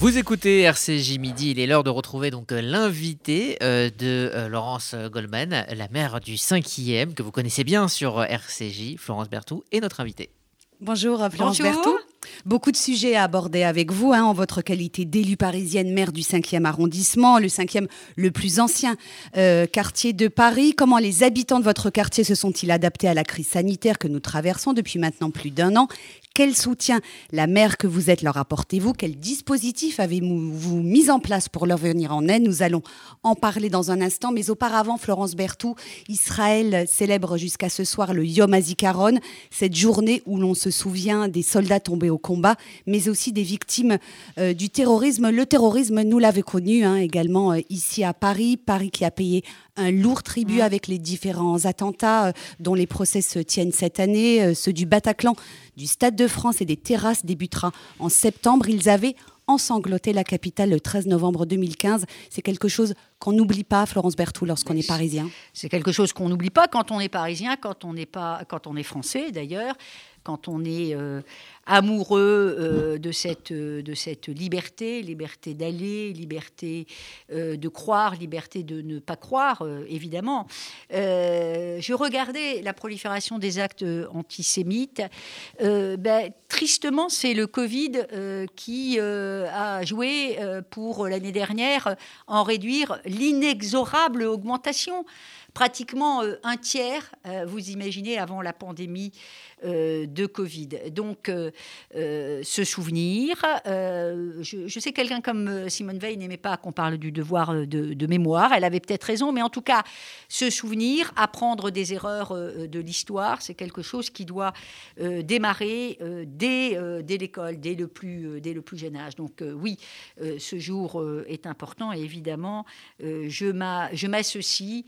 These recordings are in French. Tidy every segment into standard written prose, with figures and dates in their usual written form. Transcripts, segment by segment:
Vous écoutez RCJ Midi, il est l'heure de retrouver donc l'invité de Laurence Goldman, la maire du 5e, que vous connaissez bien sur RCJ, Florence Berthoud, est notre invitée. Bonjour Florence Bonjour. Berthoud. Beaucoup de sujets à aborder avec vous en votre qualité d'élue parisienne, maire du 5e arrondissement, le 5e le plus ancien quartier de Paris. Comment les habitants de votre quartier se sont-ils adaptés à la crise sanitaire que nous traversons depuis maintenant plus d'1 an ? Quel soutien la maire que vous êtes leur apportez-vous ? Quel dispositif avez-vous mis en place pour leur venir en aide ? Nous allons en parler dans un instant. Mais auparavant, Florence Berthoud, Israël célèbre jusqu'à ce soir le Yom HaZikaron, cette journée où l'on se souvient des soldats tombés au combat, mais aussi des victimes du terrorisme. Le terrorisme, nous l'avons connu également ici à Paris. Paris qui a payé un lourd tribut avec les différents attentats dont les procès se tiennent cette année. Ceux du Bataclan, du Stade de France et des terrasses débutera en septembre. Ils avaient ensanglanté la capitale le 13 novembre 2015. C'est quelque chose qu'on n'oublie pas, Florence Berthoud, lorsqu'on est parisien. C'est quelque chose qu'on n'oublie pas quand on est parisien, quand on est français d'ailleurs, quand on est amoureux de cette liberté d'aller, liberté de croire, liberté de ne pas croire, évidemment. Je regardais la prolifération des actes antisémites. Tristement, c'est le Covid qui a joué pour l'année dernière en réduire l'inexorable augmentation. Pratiquement un tiers, vous imaginez, avant la pandémie de Covid. Donc, se souvenir. Je sais que quelqu'un comme Simone Veil n'aimait pas qu'on parle du devoir de mémoire. Elle avait peut-être raison, mais en tout cas, se souvenir, apprendre des erreurs de l'histoire, c'est quelque chose qui doit démarrer dès l'école, dès le plus jeune âge. Donc, oui, ce jour est important et évidemment, je m'associe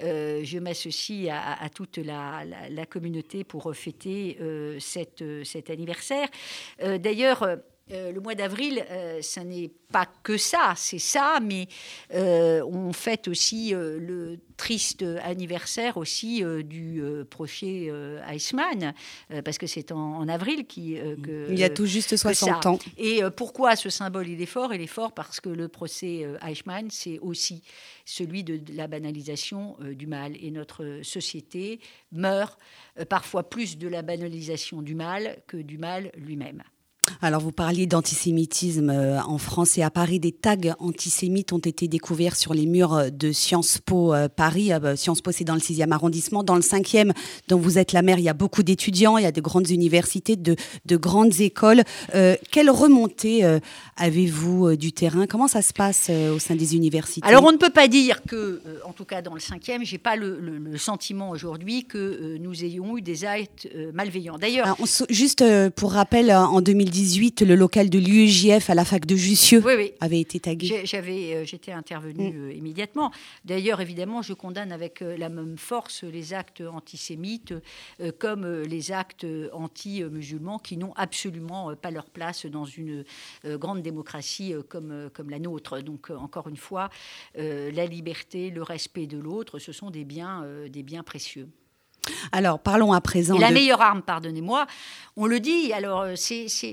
à toute la communauté pour fêter cet anniversaire. D'ailleurs, le mois d'avril, ça n'est pas que ça, c'est ça, mais on fête aussi le triste anniversaire aussi du procès Eichmann, parce que c'est en avril il y a tout juste 60 ans. Et pourquoi ce symbole il est fort ? Il est fort parce que le procès Eichmann, c'est aussi celui de la banalisation du mal. Et notre société meurt parfois plus de la banalisation du mal que du mal lui-même. Alors, vous parliez d'antisémitisme en France et à Paris. Des tags antisémites ont été découverts sur les murs de Sciences Po Paris. Sciences Po, c'est dans le 6e arrondissement. Dans le 5e, dont vous êtes la maire, il y a beaucoup d'étudiants, il y a de grandes universités, de grandes écoles. Quelle remontée avez-vous du terrain ? Comment ça se passe au sein des universités ? Alors, on ne peut pas dire que, en tout cas dans le 5e, je n'ai pas le sentiment aujourd'hui que nous ayons eu des actes malveillants. D'ailleurs, juste pour rappel, en 2018, le local de l'UEJF à la fac de Jussieu avait été tagué. J'étais intervenue immédiatement. D'ailleurs, évidemment, je condamne avec la même force les actes antisémites comme les actes anti-musulmans qui n'ont absolument pas leur place dans une grande démocratie comme la nôtre. Donc, encore une fois, la liberté, le respect de l'autre, ce sont des biens précieux. Alors, parlons à présent. Et la meilleure arme, pardonnez-moi, on le dit, alors je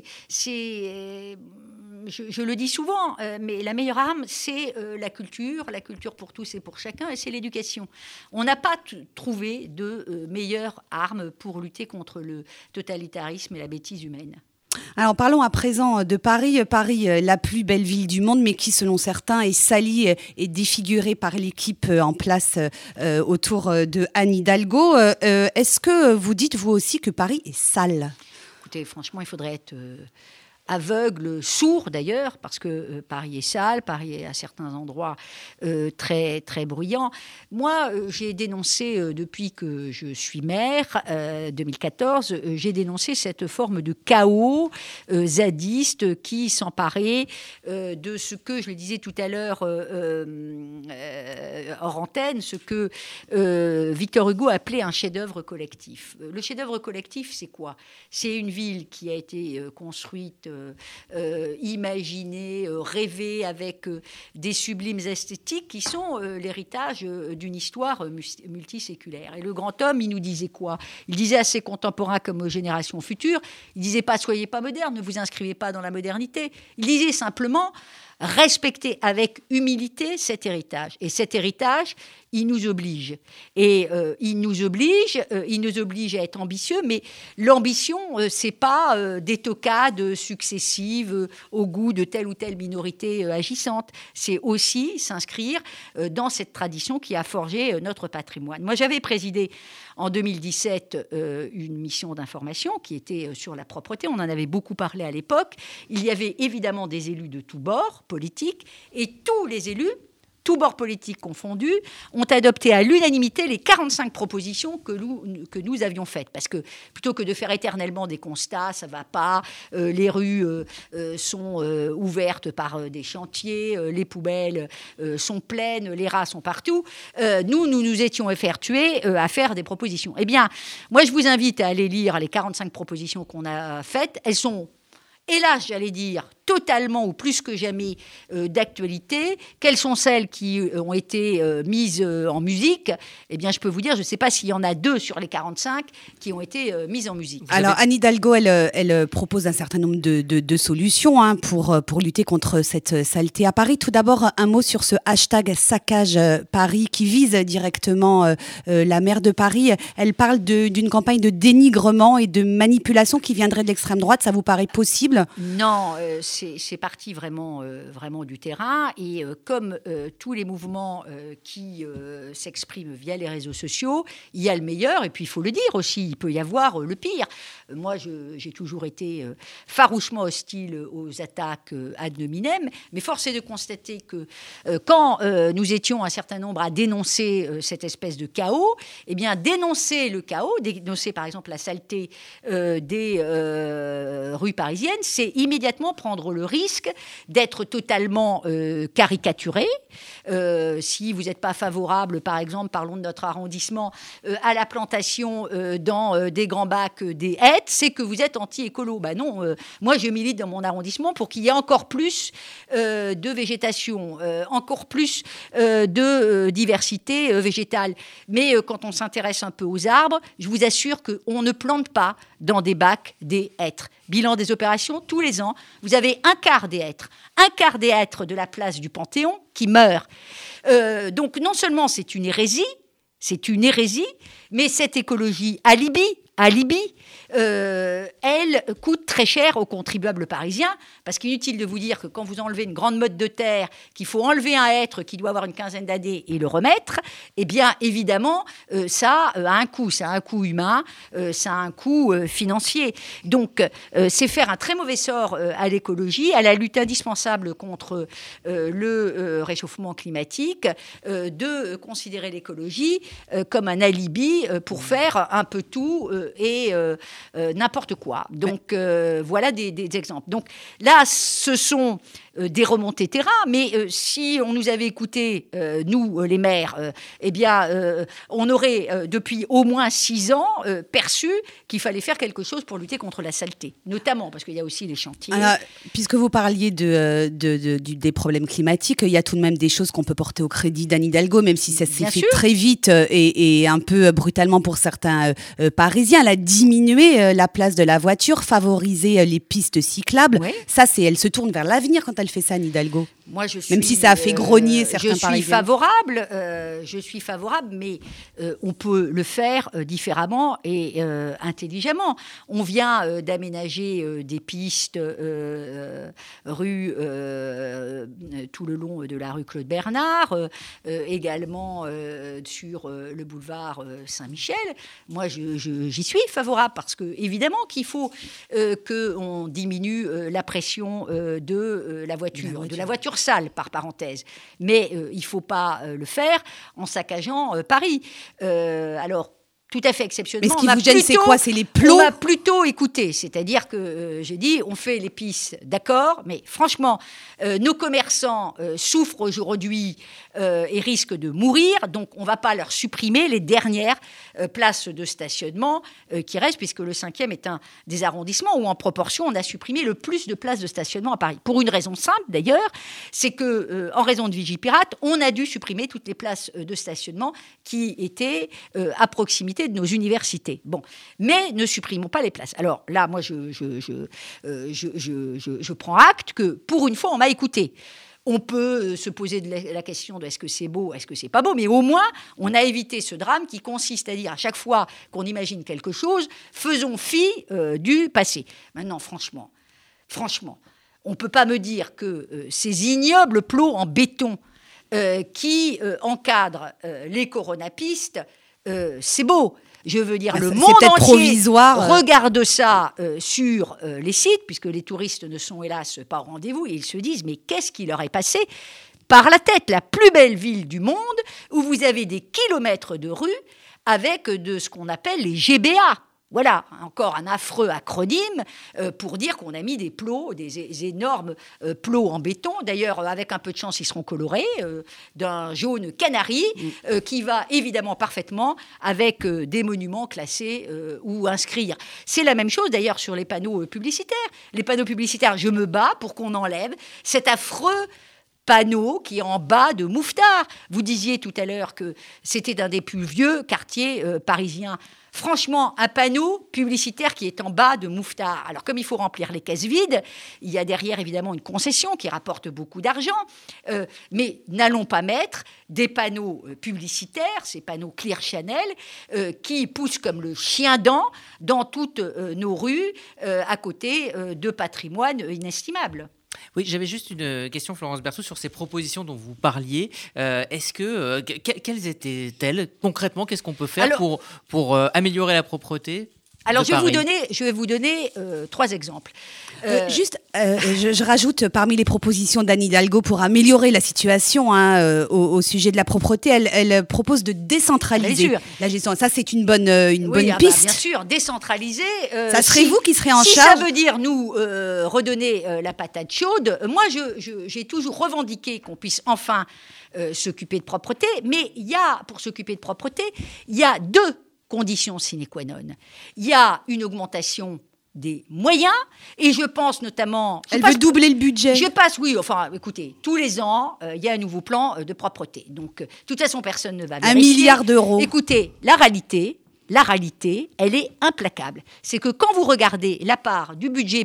le dis souvent, mais la meilleure arme, c'est la culture pour tous et pour chacun, et c'est l'éducation. On n'a pas trouvé de meilleure arme pour lutter contre le totalitarisme et la bêtise humaine. Alors parlons à présent de Paris. Paris, la plus belle ville du monde, mais qui, selon certains, est salie et défigurée par l'équipe en place autour de Anne Hidalgo. Est-ce que vous dites, vous aussi, que Paris est sale ? Écoutez, franchement, il faudrait être aveugle, sourd d'ailleurs, parce que Paris est sale, Paris est à certains endroits très, très bruyant. Moi, j'ai dénoncé, depuis que je suis maire, 2014, j'ai dénoncé cette forme de chaos zadiste qui s'emparait de ce que, je le disais tout à l'heure hors antenne, ce que Victor Hugo appelait un chef-d'œuvre collectif. Le chef-d'œuvre collectif, c'est quoi ? C'est une ville qui a été construite imaginer, rêver avec des sublimes esthétiques qui sont l'héritage d'une histoire multiséculaire. Et le grand homme, il nous disait quoi? Il disait à ses contemporains comme aux générations futures, il disait pas « soyez pas modernes, ne vous inscrivez pas dans la modernité ». Il disait simplement « respectez avec humilité cet héritage ». Et cet héritage, il nous oblige. Et il nous oblige à être ambitieux, mais l'ambition, c'est pas des tocades successives au goût de telle ou telle minorité agissante. C'est aussi s'inscrire dans cette tradition qui a forgé notre patrimoine. Moi, j'avais présidé en 2017 une mission d'information qui était sur la propreté. On en avait beaucoup parlé à l'époque. Il y avait évidemment des élus de tous bords politiques, et tous les élus, tous bords politiques confondus, ont adopté à l'unanimité les 45 propositions que nous avions faites. Parce que plutôt que de faire éternellement des constats, ça ne va pas, les rues sont ouvertes par des chantiers, les poubelles sont pleines, les rats sont partout, nous étions effortués à faire des propositions. Eh bien, moi, je vous invite à aller lire les 45 propositions qu'on a faites. Elles sont, hélas, j'allais dire, totalement ou plus que jamais d'actualité. Quelles sont celles qui ont été mises en musique? Eh bien, je peux vous dire, je ne sais pas s'il y en a 2 sur les 45 qui ont été mises en musique. Alors, Anne Hidalgo, elle propose un certain nombre de solutions pour lutter contre cette saleté à Paris. Tout d'abord, un mot sur ce hashtag saccage Paris qui vise directement la maire de Paris. Elle parle d'une campagne de dénigrement et de manipulation qui viendrait de l'extrême droite. Ça vous paraît possible? Non, c'est parti vraiment du terrain. Et comme tous les mouvements qui s'expriment via les réseaux sociaux, il y a le meilleur et puis il faut le dire aussi, il peut y avoir le pire. Moi, j'ai toujours été farouchement hostile aux attaques ad hominem, mais force est de constater que quand nous étions un certain nombre à dénoncer cette espèce de chaos, eh bien, dénoncer le chaos, dénoncer par exemple la saleté des rues parisiennes, c'est immédiatement prendre le risque d'être totalement caricaturé. Si vous n'êtes pas favorable, par exemple, parlons de notre arrondissement, à la plantation dans des grands bacs des hêtres, c'est que vous êtes anti-écolo. Ben non, moi je milite dans mon arrondissement pour qu'il y ait encore plus de végétation, encore plus de diversité végétale. Mais quand on s'intéresse un peu aux arbres, je vous assure qu'on ne plante pas dans des bacs des hêtres. Bilan des opérations, tous les ans, vous avez un quart des hêtres de la place du Panthéon qui meurent. Donc non seulement c'est une hérésie, mais cette écologie alibi, elle coûte très cher aux contribuables parisiens, parce qu'inutile de vous dire que quand vous enlevez une grande motte de terre, qu'il faut enlever un hêtre qui doit avoir une quinzaine d'années et le remettre, eh bien évidemment ça a un coût, ça a un coût humain, ça a un coût financier. Donc c'est faire un très mauvais sort à l'écologie, à la lutte indispensable contre le réchauffement climatique, de considérer l'écologie comme un alibi pour faire un peu tout et n'importe quoi. Donc voilà des exemples. Donc là, ce sont des remontées terrain, mais si on nous avait écoutés, nous, les maires, eh bien, on aurait, depuis au moins 6 ans, perçu qu'il fallait faire quelque chose pour lutter contre la saleté, notamment parce qu'il y a aussi les chantiers. Alors, puisque vous parliez des problèmes climatiques, il y a tout de même des choses qu'on peut porter au crédit d'Anne Hidalgo, même si ça s'est fait très vite et un peu brutalement pour certains Parisiens. Elle a diminué la place de la voiture, favorisé les pistes cyclables. Oui. Ça, elle se tourne vers l'avenir quand elle fait ça, Anne Hidalgo. Moi, même si ça a fait grogner certains Parisiens. Je suis favorable, mais on peut le faire différemment et intelligemment. On vient d'aménager des pistes rue tout le long de la rue Claude Bernard, également sur le boulevard Saint-Michel. Moi, j'y suis favorable parce que évidemment qu'il faut qu'on diminue la pression de la voiture sale, par parenthèse. Mais il ne faut pas le faire en saccageant Paris. Alors, tout à fait exceptionnellement. Mais ce qui vous gêne, c'est quoi? C'est les plots? On m'a plutôt écouté. C'est-à-dire que j'ai dit, on fait l'épice, d'accord, mais franchement, nos commerçants souffrent aujourd'hui et risquent de mourir, donc on ne va pas leur supprimer les dernières places de stationnement qui restent, puisque le 5e est un des arrondissements où, en proportion, on a supprimé le plus de places de stationnement à Paris. Pour une raison simple, d'ailleurs, c'est que, en raison de Vigipirate, on a dû supprimer toutes les places de stationnement qui étaient à proximité de nos universités. Bon, mais ne supprimons pas les places. Alors là, moi, je prends acte que, pour une fois, on m'a écouté. On peut se poser la question de est-ce que c'est beau, est-ce que c'est pas beau, mais au moins, on a évité ce drame qui consiste à dire à chaque fois qu'on imagine quelque chose, faisons fi du passé. Maintenant, franchement, on ne peut pas me dire que ces ignobles plots en béton qui encadrent les coronapistes, c'est beau. Je veux dire, le monde entier provisoire. Regarde ça sur les sites, puisque les touristes ne sont hélas pas au rendez-vous, et ils se disent, mais qu'est-ce qui leur est passé par la tête? La plus belle ville du monde, où vous avez des kilomètres de rues avec de ce qu'on appelle les GBA. Voilà, encore un affreux acronyme pour dire qu'on a mis des plots, des énormes plots en béton. D'ailleurs, avec un peu de chance, ils seront colorés d'un jaune canari qui va évidemment parfaitement avec des monuments classés ou inscrire. C'est la même chose d'ailleurs sur les panneaux publicitaires. Les panneaux publicitaires, je me bats pour qu'on enlève cet affreux panneau qui est en bas de Mouffetard. Vous disiez tout à l'heure que c'était un des plus vieux quartiers parisiens. Franchement, un panneau publicitaire qui est en bas de Mouffetard. Alors, comme il faut remplir les caisses vides, il y a derrière, évidemment, une concession qui rapporte beaucoup d'argent. Mais n'allons pas mettre des panneaux publicitaires, ces panneaux Clear Channel, qui poussent comme le chien-dent dans toutes nos rues, à côté de patrimoine inestimable. Oui, j'avais juste une question, Florence Berthoud, sur ces propositions dont vous parliez. Quelles étaient-elles concrètement? Qu'est-ce qu'on peut faire pour améliorer la propreté? Alors, je vais vous donner 3 exemples. Je rajoute parmi les propositions d'Anne Hidalgo pour améliorer la situation au sujet de la propreté, elle propose de décentraliser la gestion. Ça, c'est une bonne piste. Bien sûr, décentraliser. Ça serait vous qui serez en charge. Si ça veut dire nous redonner la patate chaude, moi, j'ai toujours revendiqué qu'on puisse enfin s'occuper de propreté. Mais pour s'occuper de propreté, il y a 2 conditions sine qua non. Il y a une augmentation des moyens, et je pense notamment... Elle veut doubler le budget. Écoutez, tous les ans, il y a un nouveau plan de propreté. Donc, de toute façon, personne ne va vérifier. 1 milliard d'euros. Écoutez, la réalité, elle est implacable. C'est que quand vous regardez la part du budget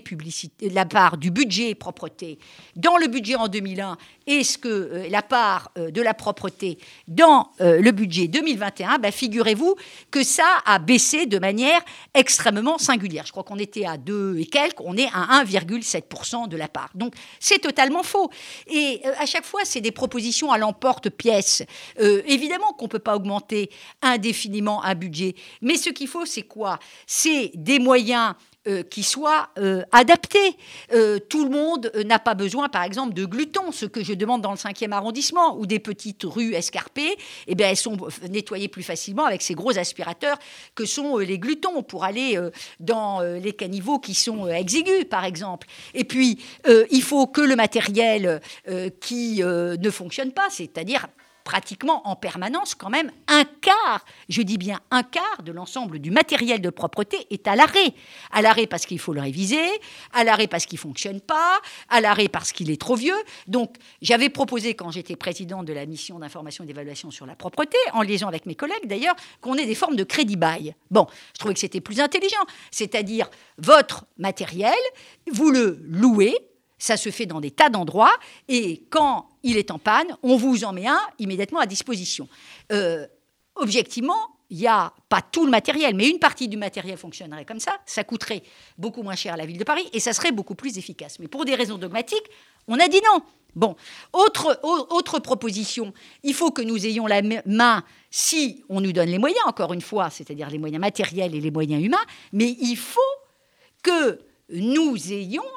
propreté dans le budget en 2001 et la part de la propreté dans le budget 2021, figurez-vous que ça a baissé de manière extrêmement singulière. Je crois qu'on était à 2 et quelques, on est à 1,7% de la part. Donc, c'est totalement faux. Et à chaque fois, c'est des propositions à l'emporte-pièce. Évidemment qu'on ne peut pas augmenter indéfiniment un budget. Mais ce qu'il faut, c'est quoi? C'est des moyens qui soient adaptés. Tout le monde n'a pas besoin, par exemple, de glutons, ce que je demande dans le 5e arrondissement, ou des petites rues escarpées, elles sont nettoyées plus facilement avec ces gros aspirateurs que sont les glutons pour aller dans les caniveaux qui sont exigus, par exemple. Et puis, il faut que le matériel qui ne fonctionne pas, c'est-à-dire pratiquement en permanence, quand même, un quart, je dis bien un quart de l'ensemble du matériel de propreté est à l'arrêt. À l'arrêt parce qu'il faut le réviser, à l'arrêt parce qu'il ne fonctionne pas, à l'arrêt parce qu'il est trop vieux. Donc, j'avais proposé, quand j'étais présidente de la mission d'information et d'évaluation sur la propreté, en liaison avec mes collègues d'ailleurs, qu'on ait des formes de crédit bail. Bon, je trouvais que c'était plus intelligent. C'est-à-dire, votre matériel, vous le louez, ça se fait dans des tas d'endroits, et quand il est en panne, on vous en met un immédiatement à disposition. Objectivement, il n'y a pas tout le matériel, mais une partie du matériel fonctionnerait comme ça. Ça coûterait beaucoup moins cher à la ville de Paris et ça serait beaucoup plus efficace. Mais pour des raisons dogmatiques, on a dit non. Bon, autre proposition, il faut que nous ayons la main, si on nous donne les moyens, encore une fois, c'est-à-dire les moyens matériels et les moyens humains, mais il faut que nous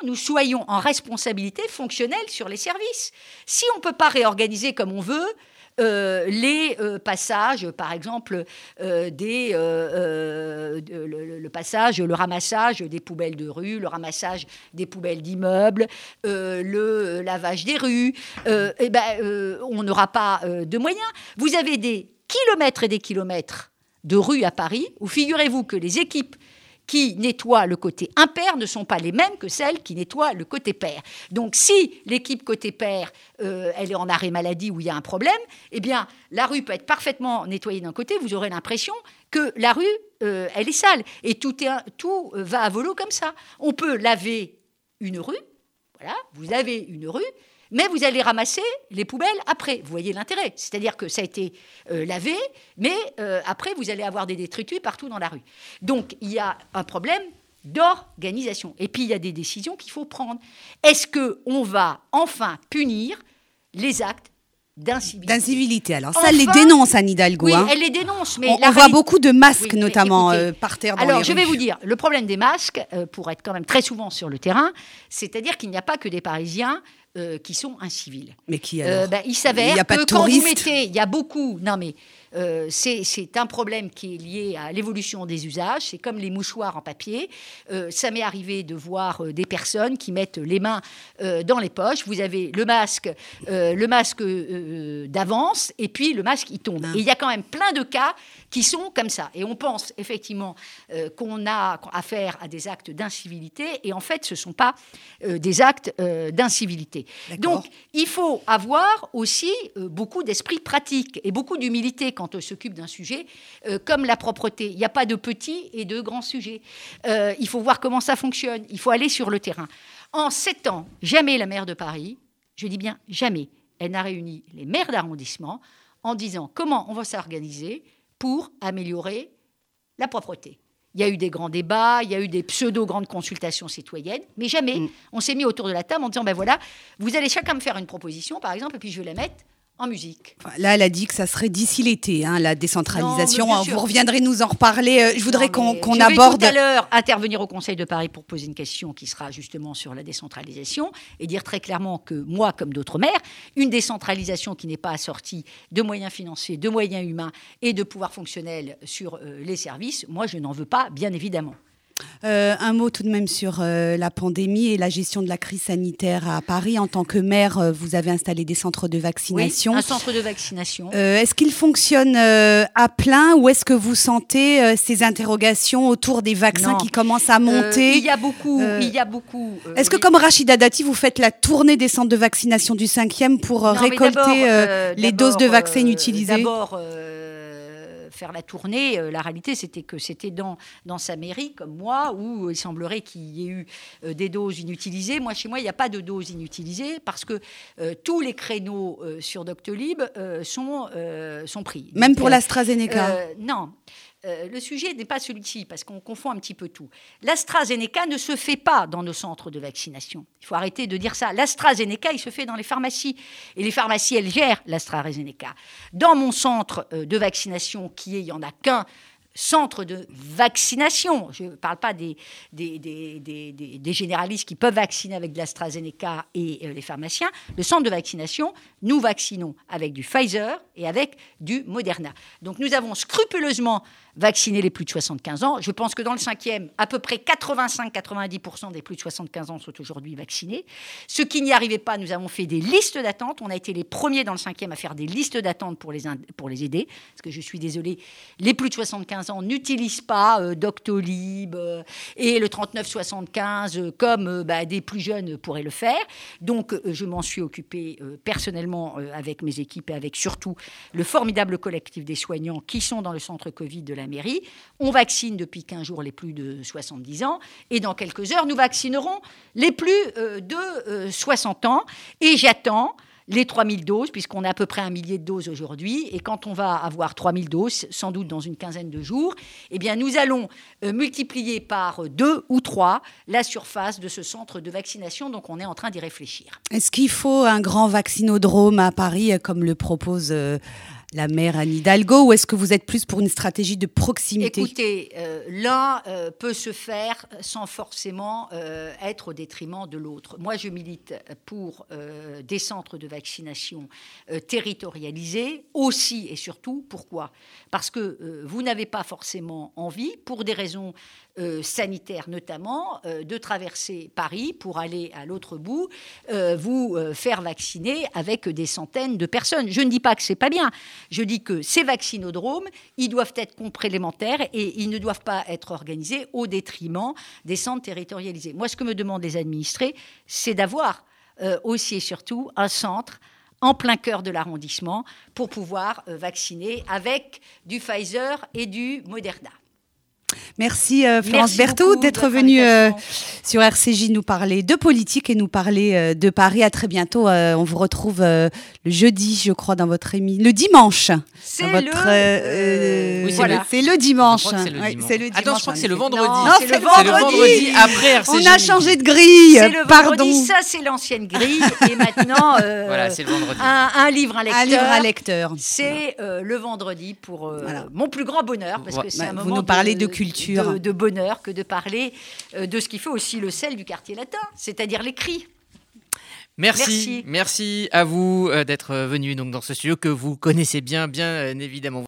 soyons en responsabilité fonctionnelle sur les services. Si on ne peut pas réorganiser comme on veut, les passages, par exemple, le passage, le ramassage des poubelles de rue, le ramassage des poubelles d'immeubles, le lavage des rues, on n'aura pas de moyens. Vous avez des kilomètres et des kilomètres de rues à Paris, où figurez-vous que les équipes qui nettoient le côté impair ne sont pas les mêmes que celles qui nettoient le côté pair. Donc, si l'équipe côté pair, elle est en arrêt maladie où il y a un problème, eh bien, la rue peut être parfaitement nettoyée d'un côté, vous aurez l'impression que la rue, elle est sale. Et tout va à volo comme ça. On peut laver une rue, voilà, vous lavez une rue, mais vous allez ramasser les poubelles après. Vous voyez l'intérêt. C'est-à-dire que ça a été lavé, mais après, vous allez avoir des détritus partout dans la rue. Donc, il y a un problème d'organisation. Et puis, il y a des décisions qu'il faut prendre. Est-ce qu'on va enfin punir les actes d'incivilité? Alors, ça, elle les dénonce, Anne Hidalgo. Oui, elle les dénonce. Mais on voit beaucoup de masques, notamment, par terre dans les rues. Alors, je vais vous dire, le problème des masques, pour être quand même très souvent sur le terrain, c'est-à-dire qu'il n'y a pas que des Parisiens qui sont incivils. Mais qui alors il s'avère il y a pas que de quand vous touristes. mettez, il y a beaucoup. Non mais c'est un problème qui est lié à l'évolution des usages. C'est comme les mouchoirs en papier. Ça m'est arrivé de voir des personnes qui mettent les mains dans les poches. Vous avez le masque d'avance et puis le masque il tombe. Et il y a quand même plein de cas qui sont comme ça. Et on pense effectivement qu'on a affaire à des actes d'incivilité. Et en fait, ce ne sont pas des actes d'incivilité. D'accord. Donc, il faut avoir aussi beaucoup d'esprit pratique et beaucoup d'humilité quand on s'occupe d'un sujet comme la propreté. Il n'y a pas de petits et de grands sujets. Il faut voir comment ça fonctionne. Il faut aller sur le terrain. En 7 ans, jamais la maire de Paris, je dis bien jamais, elle n'a réuni les maires d'arrondissement en disant comment on va s'organiser pour améliorer la propreté. Il y a eu des grands débats, il y a eu des pseudo-grandes consultations citoyennes, mais jamais on s'est mis autour de la table en disant, ben voilà, vous allez chacun me faire une proposition, par exemple, et puis je vais la mettre en musique. Là, elle a dit que ça serait d'ici l'été, la décentralisation. Non, vous reviendrez nous en reparler. Je voudrais qu'on aborde... Je vais tout à l'heure intervenir au Conseil de Paris pour poser une question qui sera justement sur la décentralisation et dire très clairement que moi, comme d'autres maires, une décentralisation qui n'est pas assortie de moyens financiers, de moyens humains et de pouvoirs fonctionnels sur les services, moi, je n'en veux pas, bien évidemment. Un mot tout de même sur la pandémie et la gestion de la crise sanitaire à Paris. En tant que maire, vous avez installé des centres de vaccination. Oui, un centre de vaccination. Est-ce qu'il fonctionne à plein ou est-ce que vous sentez ces interrogations autour des vaccins qui commencent à monter? Il y a beaucoup. Est-ce que comme Rachida Dati, vous faites la tournée des centres de vaccination du 5e pour récolter les doses de vaccins inutilisées? D'abord, faire la tournée, la réalité c'était que c'était dans sa mairie comme moi où il semblerait qu'il y ait eu des doses inutilisées. Moi, chez moi, il n'y a pas de doses inutilisées parce que tous les créneaux sur Doctolib sont pris. Même donc, pour l'AstraZeneca Non. Le sujet n'est pas celui-ci, parce qu'on confond un petit peu tout. L'AstraZeneca ne se fait pas dans nos centres de vaccination. Il faut arrêter de dire ça. L'AstraZeneca, il se fait dans les pharmacies. Et les pharmacies, elles gèrent l'AstraZeneca. Dans mon centre de vaccination, il n'y en a qu'un centre de vaccination. Je ne parle pas des généralistes qui peuvent vacciner avec de l'AstraZeneca et les pharmaciens. Le centre de vaccination, nous vaccinons avec du Pfizer et avec du Moderna. Donc nous avons scrupuleusement vacciné les plus de 75 ans. Je pense que dans le 5e, à peu près 85-90% des plus de 75 ans sont aujourd'hui vaccinés. Ceux qui n'y arrivaient pas, nous avons fait des listes d'attente. On a été les premiers dans le 5e à faire des listes d'attente pour les aider. Parce que je suis désolée, les plus de 75 ans n'utilisent pas Doctolib et le 3975 comme des plus jeunes pourraient le faire. Donc, je m'en suis occupée personnellement avec mes équipes et avec surtout le formidable collectif des soignants qui sont dans le centre Covid de la mairie. On vaccine depuis 15 jours les plus de 70 ans et dans quelques heures, nous vaccinerons les plus de 60 ans. Et j'attends les 3000 doses, puisqu'on a à peu près 1 millier de doses aujourd'hui. Et quand on va avoir 3000 doses, sans doute dans une quinzaine de jours, eh bien, nous allons multiplier par 2 ou 3 la surface de ce centre de vaccination. Donc, on est en train d'y réfléchir. Est-ce qu'il faut un grand vaccinodrome à Paris, comme le propose la maire Anne Hidalgo, ou est-ce que vous êtes plus pour une stratégie de proximité? Écoutez, l'un peut se faire sans forcément être au détriment de l'autre. Moi, je milite pour des centres de vaccination territorialisés aussi et surtout. Pourquoi? Parce que vous n'avez pas forcément envie, pour des raisons sanitaires notamment, de traverser Paris pour aller à l'autre bout, vous faire vacciner avec des centaines de personnes. Je ne dis pas que c'est pas bien. Je dis que ces vaccinodromes, ils doivent être complémentaires et ils ne doivent pas être organisés au détriment des centres territorialisés. Moi, ce que me demandent les administrés, c'est d'avoir aussi et surtout un centre en plein cœur de l'arrondissement pour pouvoir vacciner avec du Pfizer et du Moderna. Merci Florence Berthoud d'être venue sur RCJ nous parler de politique et nous parler de Paris. À très bientôt. On vous retrouve le jeudi, je crois, dans votre émission. Le dimanche. C'est le dimanche. C'est le Ouais, dimanche. c'est le dimanche. Attends, je crois que c'est le vendredi. Non, c'est le vendredi après RCJ. On a changé de grille. C'est le Pardon. vendredi, ça c'est l'ancienne grille. Et maintenant, Voilà, c'est le vendredi. un livre, un lecteur. Un livre à lecteur. C'est le vendredi pour mon plus grand bonheur, parce que c'est un Vous moment nous parlez de culture. de bonheur que de parler de ce qui fait aussi le sel du quartier latin, c'est-à-dire l'écrit. Merci à vous d'être venus donc dans ce studio que vous connaissez bien évidemment.